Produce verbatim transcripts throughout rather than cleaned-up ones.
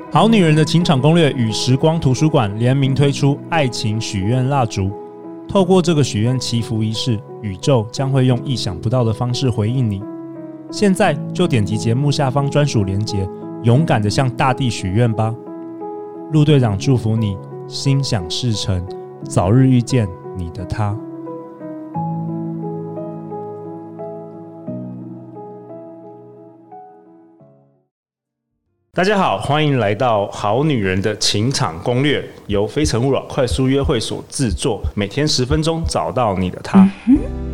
好女人的情场攻略与时光图书馆联名推出爱情许愿蜡烛，透过这个许愿祈福仪式，宇宙将会用意想不到的方式回应你。现在就点击节目下方专属连结，勇敢地向大地许愿吧。陆队长祝福你心想事成，早日遇见你的他。大家好，欢迎来到好女人的情场攻略，由非诚勿扰快速约会所制作，每天十分钟，找到你的他。嗯、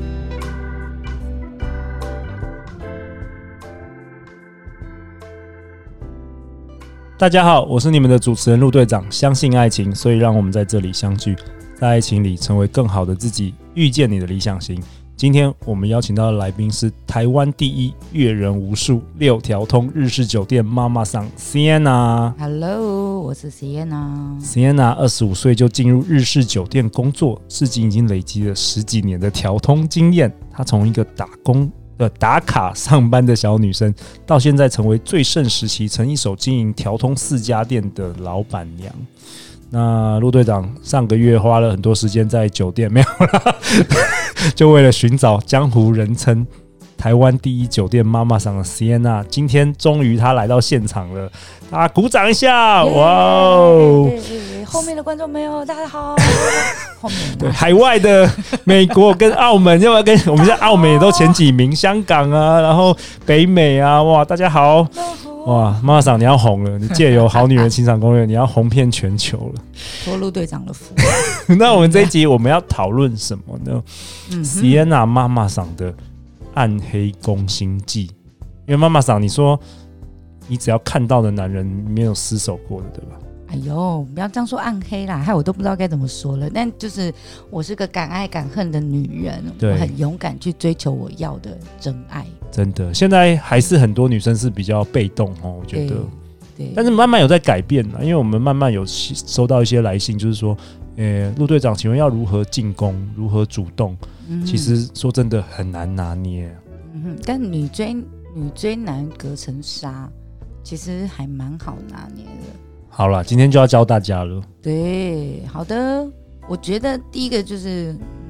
大家好，我是你们的主持人陆队长。相信爱情，所以让我们在这里相聚，在爱情里成为更好的自己，遇见你的理想型。今天我们邀请到的来宾是台湾第一阅人无数六条通日式酒店妈妈桑 Sienna。Hello， 我是 Sienna。 Sienna 二十五岁就进入日式酒店工作，至今已经累积了十几年的条通经验。她从一个打工的打卡上班的小女生，到现在成为最盛时期曾一手经营条通四家店的老板娘。那陆队长上个月花了很多时间在酒店，没有啦，就为了寻找江湖人称台湾第一酒店妈妈桑的 Sienna， 今天终于她来到现场了，大家鼓掌一下！ Yeah, 哇哦！ 后面的观众朋友大家好，后面对海外的美国跟澳门，要不要跟我们在澳门也都前几名，香港啊，然后北美啊，哇，大家好！哇，妈妈桑你要红了，你借由好女人情场攻略，你要红遍全球了， 托陆队长的福。 那我们这一集我们要讨论什么呢？嗯，Sienna 妈妈桑的暗黑攻心计。因为妈妈桑，你说你只要看到的男人没有失手过的，对吧？ 哎呦，不要这样说暗黑啦，害我都不知道该怎么说了。但就是我是个敢爱敢恨的女人，我很勇敢去追求我要的真爱。真的，现在还是很多女生是比较被动哦，我觉得。 对， 但是慢慢有在改变啦，因为我们慢慢有收到一些来信，就是说，呃，陆队长，请问要如何进攻，如何主动？嗯、其实说真的很难拿捏。 嗯哼，但女追女追男隔层纱，其实还蛮好拿捏的。 好啦，今天就要教大家了。 对，好的。我觉得第一个就是，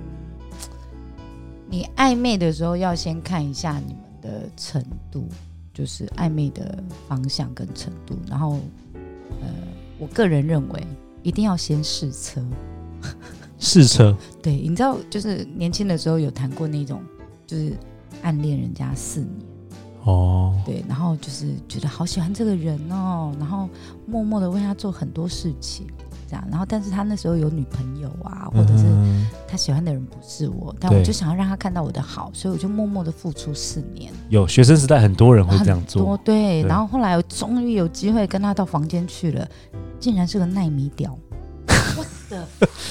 你暧昧的时候要先看一下你们的程度，就是暧昧的方向跟程度。然后，呃，我个人认为一定要先试车。 试车？ 对，你知道，就是年轻的时候有谈过那种，就是暗恋人家四年。哦，对，然后就是觉得好喜欢这个人哦，然后默默的为他做很多事情，这样，然后但是他那时候有女朋友啊，或者是他喜欢的人不是我，但我就想要让他看到我的好，所以我就默默的付出四年。 有学生时代很多人会这样做， 很多 对, 对，然后后来我终于有机会跟他到房间去了，竟然是个奈米屌，我的。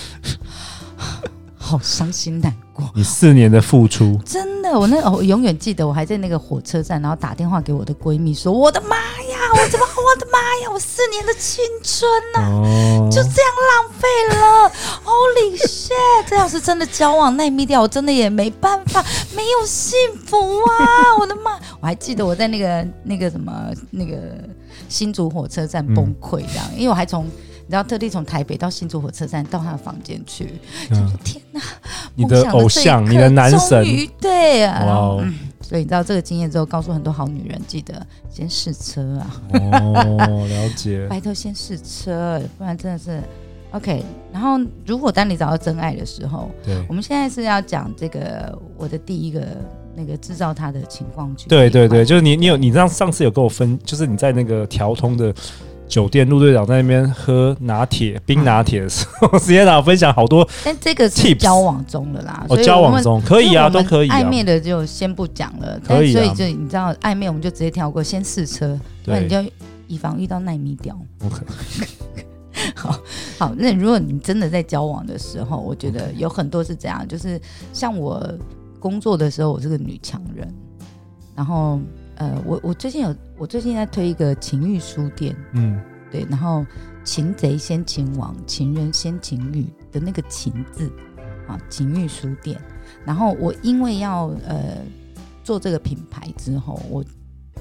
好伤心难过， 你四年的付出， 真的，我那我永远记得，我还在那个火车站，然后打电话给我的闺蜜说：“我的妈呀，我怎么，我的妈呀，我四年的青春啊，哦、就这样浪费了 ，Holy shit！ 这要是真的交往奈米掉，我真的也没办法，没有幸福啊，我的妈！我还记得我在那个那个什么那个新竹火车站崩溃这样，嗯、因为我还从。”你知道特地从台北到新竹火车站到他的房间去，嗯、就说天哪， 你的偶像，你的男神， 对啊，wow 嗯，所以你知道这个经验之后，告诉很多好女人，记得先试车啊。 哦，了解， 拜托先试车，不然真的是 OK。然后，如果当你找到真爱的时候，对，我们现在是要讲这个我的第一个那个制造他的情况剧。 对对对，就是你，你有你上上次有跟我分，就是你在那个条通的。酒店陆队长在那边喝拿铁冰拿铁的时候Sienna分享好多， 但这个是交往中的啦， 哦，交往中可以啊，都可以啊。 暧昧的就先不讲了，可以、啊。所以就你知道暧昧我们就直接跳过，先试车，那你就以防遇到奈米屌。Okay. 好好，那如果你真的在交往的时候，我觉得有很多是这样，就是像我工作的时候，我是个女强人，然后。呃，我我最近有，我最近在推一个情欲书店，嗯，对，然后擒贼先擒王，情人先情欲的那个情字啊，情欲书店。然后我因为要呃做这个品牌之后，我就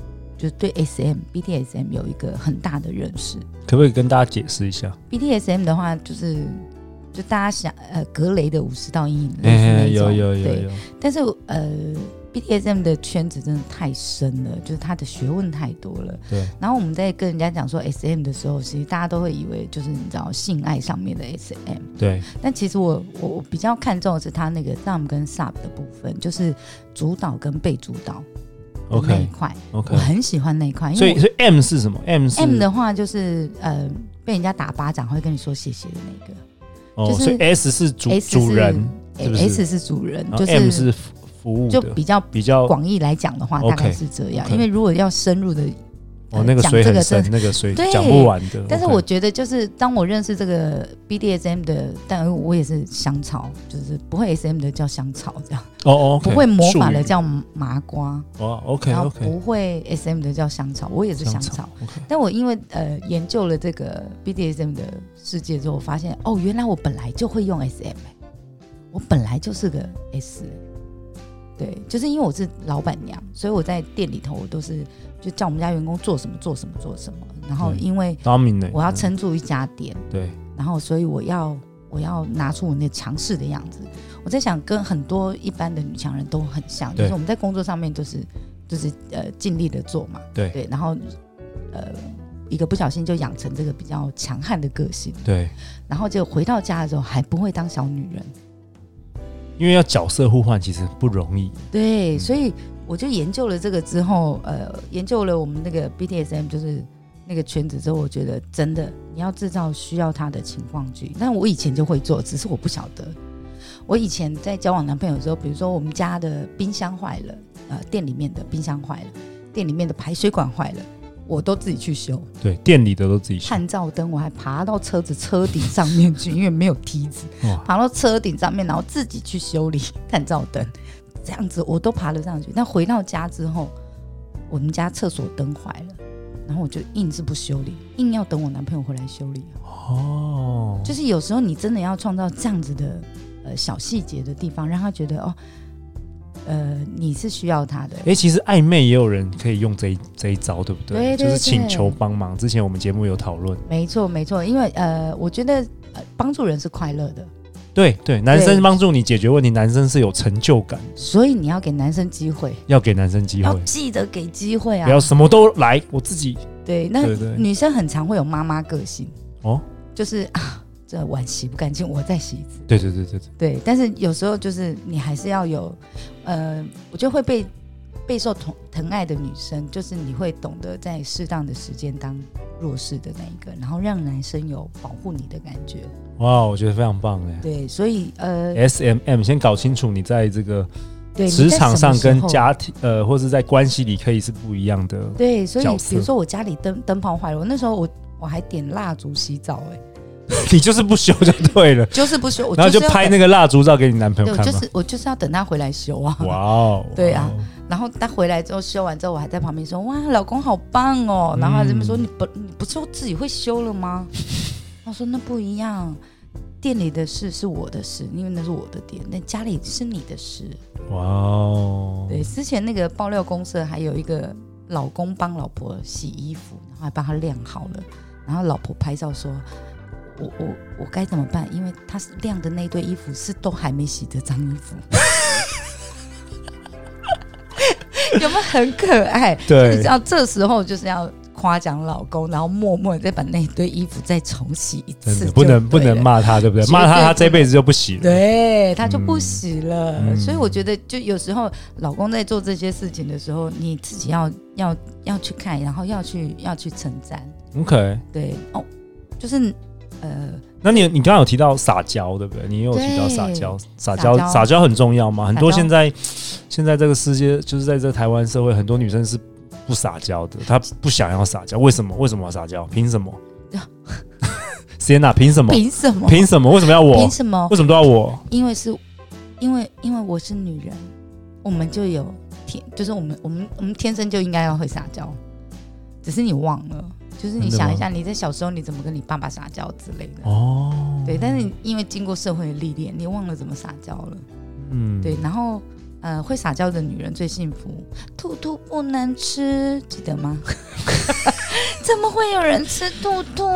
就是对 S M、B D S M 有一个很大的认识。 可不可以跟大家解释一下 ？B D S M 的话，就是就大家想呃格雷的五十道阴影类似那种， 有有有有。 但是呃 B D S M 的圈子真的太深了，就是它的学问太多了。 对。 然后我们在跟人家讲说 S M 的时候，其实大家都会以为就是你知道性爱上面的 S M。 对。 但其实我我比较看重的是它那个 Dom 跟 Sub 的部分，就是主导跟被主导。 OK， 那一块 ，OK， 我很喜欢那一块。 所以，所以 M 是什么 ？M 是 M 的话就是呃，被人家打巴掌会跟你说谢谢的那个。 哦， 就是、 所以 S 是主 S 主人是不是 ，S 是主人，就是 M 是服务的， 就比较比较广义来讲的话， okay, 大概是这样。 okay. 因为如果要深入的。 哦，那个水很深，那个水讲不完的。 但是我觉得，就是当我认识这个 B D S M 的，但我也是香草，就是不会 S M 的叫香草这样。 哦哦， okay, 不会魔法的叫麻瓜。 哦 ，OK OK。 然后不会 S M 的叫香草，我也是香草。 香草 okay. 但我因为呃研究了这个 B D S M 的世界之后，我发现哦，原来我本来就会用 S M， 我本来就是个 S。对，就是因为我是老板娘，所以我在店里头我都是就叫我们家员工做什么做什么做什么，然后因为我要撑住一家店， 对， 然后所以我要我要拿出我那强势的样子。我在想，跟很多一般的女强人都很像，就是我们在工作上面都是就是呃尽力的做嘛， 对对，然后呃一个不小心就养成这个比较强悍的个性， 对， 然后就回到家的时候还不会当小女人。 因为要角色互换其实不容易， 对、嗯，所以我就研究了这个之后，呃，研究了我们那个 B D S M 就是那个圈子之后，我觉得真的你要制造需要他的情况剧，但我以前就会做，只是我不晓得。我以前在交往男朋友的时候，比如说我们家的冰箱坏了，呃，店里面的冰箱坏了，店里面的排水管坏了。我都自己去修， 对，店里的都自己修。 探照灯我还爬到车子车顶上面去，因为没有梯子，爬到车顶上面，然后自己去修理探照灯，这样子我都爬了上去。但回到家之后，我们家厕所灯坏了，然后我就硬是不修理，硬要等我男朋友回来修理。哦，就是有时候你真的要创造这样子的呃小细节的地方，让他觉得哦。呃，你是需要他的。 哎、欸，其实暧昧也有人可以用这一这一招，对不对？ 对对对， 就是请求帮忙。之前我们节目有讨论。 没错没错，因为呃，我觉得呃，帮助人是快乐的。 对对，男生帮助你解决问题，男生是有成就感。 所以你要给男生机会， 要给男生机会， 要记得给机会啊！ 不要什么都来，我自己。 对，那对对女生很常会有妈妈个性哦， 就是啊。这碗洗不干净，我再洗一次。 对对对对 对, 对，但是有时候就是你还是要有，呃，我觉得会被备受疼疼爱的女生，就是你会懂得在适当的时间当弱势的那一个，然后让男生有保护你的感觉。 哇，我觉得非常棒哎。 对，所以呃 ，S M M 先搞清楚你在这个职场上跟家庭呃，或是在关系里可以是不一样的。 对，所以比如说我家里灯灯泡坏了，我那时候我我还点蜡烛洗澡哎。 你就是不修就对了， 就是不修，我然后就拍那个蜡烛照给你男朋友看吗？ 就是我就是要等他回来修啊。 哇哦， 对啊，然后他回来之后修完之后，我还在旁边说：“哇，老公好棒哦！”然后他这边说：“你不，你不是说自己会修了吗？”他说：“那不一样，店里的事是我的事，因为那是我的店，但家里是你的事。”哇哦，对，之前那个爆料公社还有一个老公帮老婆洗衣服，然后还帮她晾好了，然后老婆拍照说。我我我该怎么办？因为他晾的那堆衣服是都还没洗的脏衣服，有没有很可爱？ 对， 你知道这时候就是要夸奖老公，然后默默再把那堆衣服再重洗一次， 不能不能骂他，对不对？骂他他这辈子就不洗了， 对，他就不洗了。 嗯、 所以我觉得，就有时候老公在做这些事情的时候，你自己要要要去看，然后要去要去称赞。 OK， 对哦，就是。呃， 那你你刚刚有提到撒娇，对不对？你有提到撒娇，撒娇撒娇很重要吗？很多现在现在这个世界，就是在这个台湾社会，很多女生是不撒娇的，她不想要撒娇，为什么？为什么要撒娇？凭什么？Sienna， 凭什么？ 凭什么？ 凭什么？为什么要我？ 凭什么？ 为什么都要我？ 因为是，因为因为我是女人，我们就有天，就是我们我们我们天生就应该要会撒娇，只是你忘了。就是你想一下，你在小时候你怎么跟你爸爸撒娇之类的哦，对，但是因为经过社会的历练，你忘了怎么撒娇了，嗯，对，然后呃，会撒娇的女人最幸福。兔兔不能吃，记得吗？怎么会有人吃兔兔？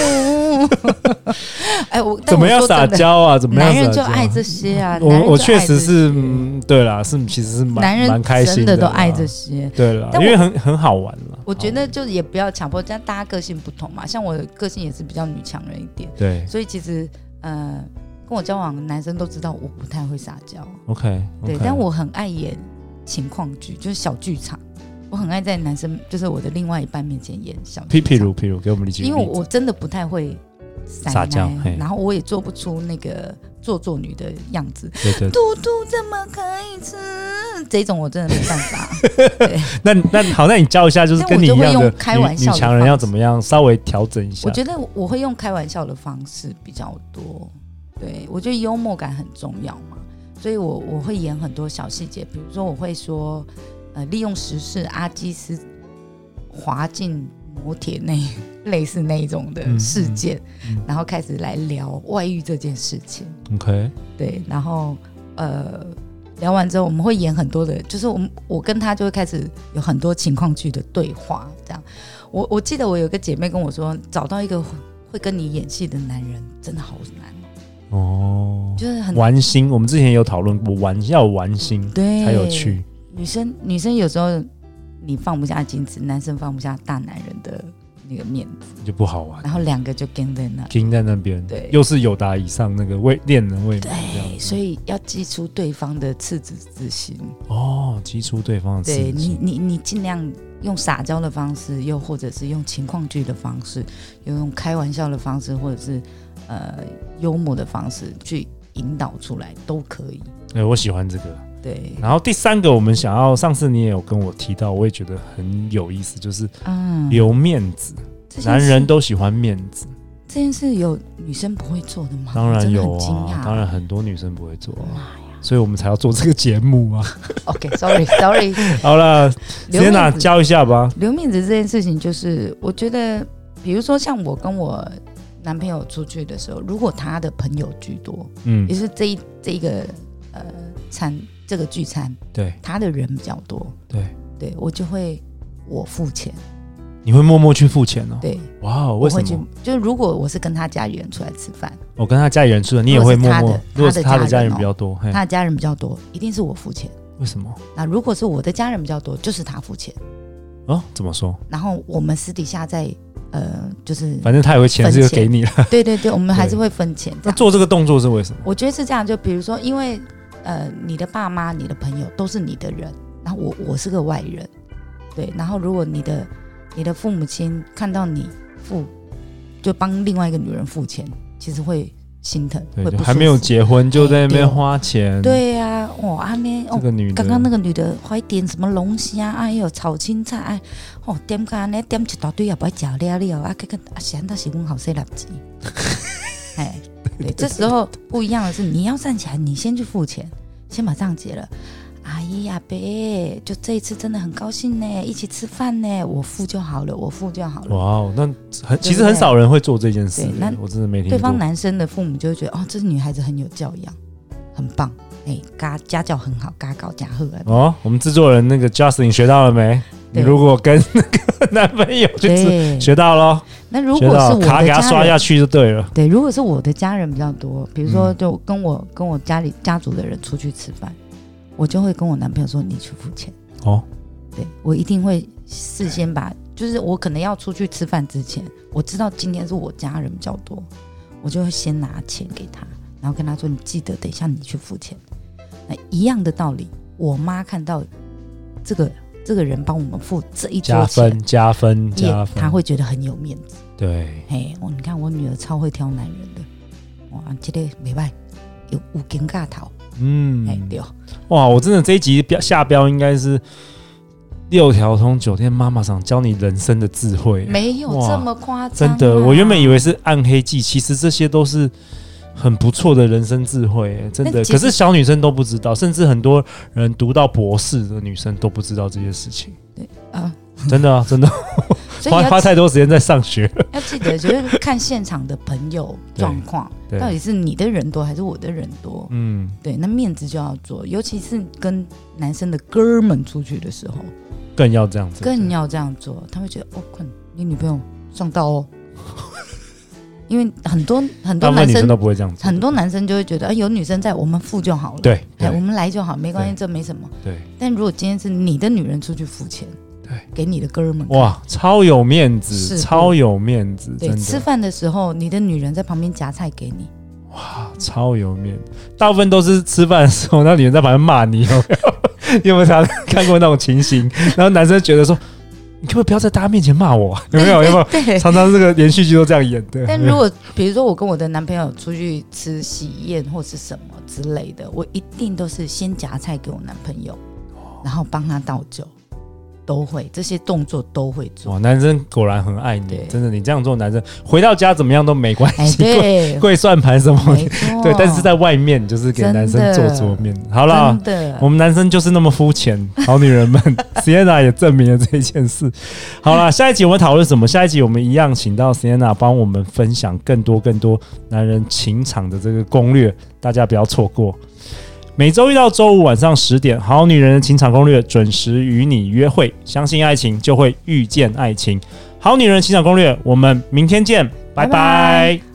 哎，我怎么样撒娇啊？怎么样撒娇？ 男人就爱这些啊！ 我我确实是，嗯，对啦，是其实是蛮蛮开心的， 真的都爱这些。 对啦，因为很很好玩了。 我觉得就也不要强迫，但大家个性不同嘛。像我的个性也是比较女强人一点， 对， 所以其实呃。跟我交往的男生都知道我不太会撒娇 ，OK，, okay. 对，但我很爱演情况剧，就是小剧场。我很爱在男生，就是我的另外一半面前演小剧场。 譬如，譬如，给我们理解。 因为我真的不太会撒娇，然后我也做不出那个做作女的样子。 对对， 兔兔怎么可以吃？这种我真的没办法。对， 那那好，那你教一下，就是跟你一样的开玩笑女强人要怎么样稍微调整一下？ 我觉得我会用开玩笑的方式比较多。对，我觉得幽默感很重要嘛，所以我我会演很多小细节，比如说我会说，呃，利用时事阿基斯滑进摩铁内，类似那一种的事件，嗯嗯、然后开始来聊外遇这件事情。 OK， 对，然后呃聊完之后，我们会演很多的，就是我们我跟他就会开始有很多情况剧的对话，这样。我我记得我有一个姐妹跟我说，找到一个会跟你演戏的男人真的好难。 哦， 就是很玩心，我们之前有讨论过，玩要玩心， 对， 才有趣。 女生女生有时候你放不下金子，男生放不下大男人的那个面子， 就不好玩。 然后两个就跟在那， 跟在那边， 对， 又是有达以上那个位恋人位， 对，所以要激出对方的赤子之心。 哦，激出对方的赤子之心， 对你，你你尽量用撒娇的方式，又或者是用情况剧的方式，又用开玩笑的方式，或者是。呃，幽默的方式去引导出来都可以。 对，我喜欢这个。 对， 然后第三个，我们想要，上次你也有跟我提到，我也觉得很有意思，就是留面子。嗯、男人都喜欢面子。 这件事有女生不会做的吗？ 当然有啊，当然很多女生不会做、啊。所以我们才要做这个节目啊。 OK，Sorry，Sorry。 好了，直接拿教一下吧。 留面子这件事情，就是我觉得，比如说像我跟我。男朋友出去的时候，如果他的朋友居多，嗯，也是这一这一个呃餐这个聚餐， 对， 他的人比较多， 对， 对我就会我付钱， 你会默默去付钱哦？ 对， 哇，为什么？ 就如果我是跟他家里人出来吃饭， 我跟他家里人吃了，你也会默默。如果是他的家人比较多， 他的家人比较多，一定是我付钱。 为什么？ 那如果是我的家人比较多，就是他付钱。 哦，怎么说？ 然后我们私底下在。呃，就是反正他也会钱这个给你了， 对对对，我们还是会分钱。 那做这个动作是为什么？ 我觉得是这样，就比如说，因为呃，你的爸妈、你的朋友都是你的人，然后我我是个外人，对。然后如果你的你的父母亲看到你付，就帮另外一个女人付钱，其实会心疼，会不舒服。 还没有结婚就在那边花钱， 对呀、啊，哇，阿妹， 这个女的， 刚刚那个女的还点什么龙虾，哎呦，炒青菜，哎，哦，点个呢，点一大堆也不爱吃了了，啊，看看啊，想到是我好细垃圾，哎，对，这时候不一样的是，你要站起来，你先去付钱，先把账结了。阿姨阿伯，就这一次真的很高兴呢，一起吃饭呢，我付就好了，我付就好了。 哇，那很其实很少人会做这件事，那我真的没听过。 对方男生的父母就会觉得，哦，这女孩子很有教养，很棒，哎，家家教很好，家教加好。 哦，我们制作人那个 Justin 学到了没？你如果跟那个男朋友去学到咯。 那如果是我的卡给他刷下去就对了。 对，如果是我的家人比较多，比如说就跟我、嗯、跟我家里家族的人出去吃饭。我就会跟我男朋友说，你去付钱哦。对，我一定会事先把，就是我可能要出去吃饭之前，我知道今天是我家人比较多，我就会先拿钱给他，然后跟他说，你记得等一下你去付钱。那一样的道理，我妈看到这个这个人帮我们付这一桌钱，加分加分加分， 他会觉得很有面子。 对， 嘿，我你看我女儿超会挑男人的，哇，这个没办有有尴尬头。 嗯，对，哇，我真的这一集标下标应该是六条通酒店妈妈桑教你人生的智慧， 没有这么夸张、啊。 真的，我原本以为是暗黑技，其实这些都是很不错的人生智慧，真的。可是小女生都不知道，甚至很多人读到博士的女生都不知道这些事情。对啊，真的啊，真的。 花花太多时间在上学。 要记得就是看现场的朋友状况，到底是你的人多还是我的人多。嗯，对，那面子就要做，尤其是跟男生的哥们出去的时候， 更要这样子， 更要这样做。他会觉得哦，你女朋友上道哦。因为很多很多男 生, 生都不会这样子， 很多男生就会觉得、啊、有女生在我们付就好了， 对, 对我们来就好，没关系，这没什么。 对， 但如果今天是你的女人出去付钱，对，给你的哥们， 哇，超有面子，超有面子。 对，吃饭的时候你的女人在旁边夹菜给你， 哇，超有面子。大部分都是吃饭的时候，那女人在旁边骂你，有没有？你有没有常看过那种情形？然后男生觉得说，你可不可以不要在大家面前骂我？有没有？有没有？对，常常这个连续剧都这样演的。 但如果比如说我跟我的男朋友出去吃喜宴或是什么之类的，我一定都是先夹菜给我男朋友，然后帮他倒酒，都会这些动作都会做。 哇，男生果然很爱你，真的，你这样做，男生回到家怎么样都没关系， 欸、对， 跪算盘什么，对，但是在外面就是给男生做桌面。好啦，我们男生就是那么肤浅，好女人们，Sienna 也证明了这一件事。好啦，下一集我们讨论什么？下一集我们一样请到 Sienna 帮我们分享更多更多男人情场的这个攻略，大家不要错过。每周一到周五晚上十点，好女人的情场攻略准时与你约会。相信爱情，就会遇见爱情。好女人情场攻略，我们明天见，拜拜。拜拜。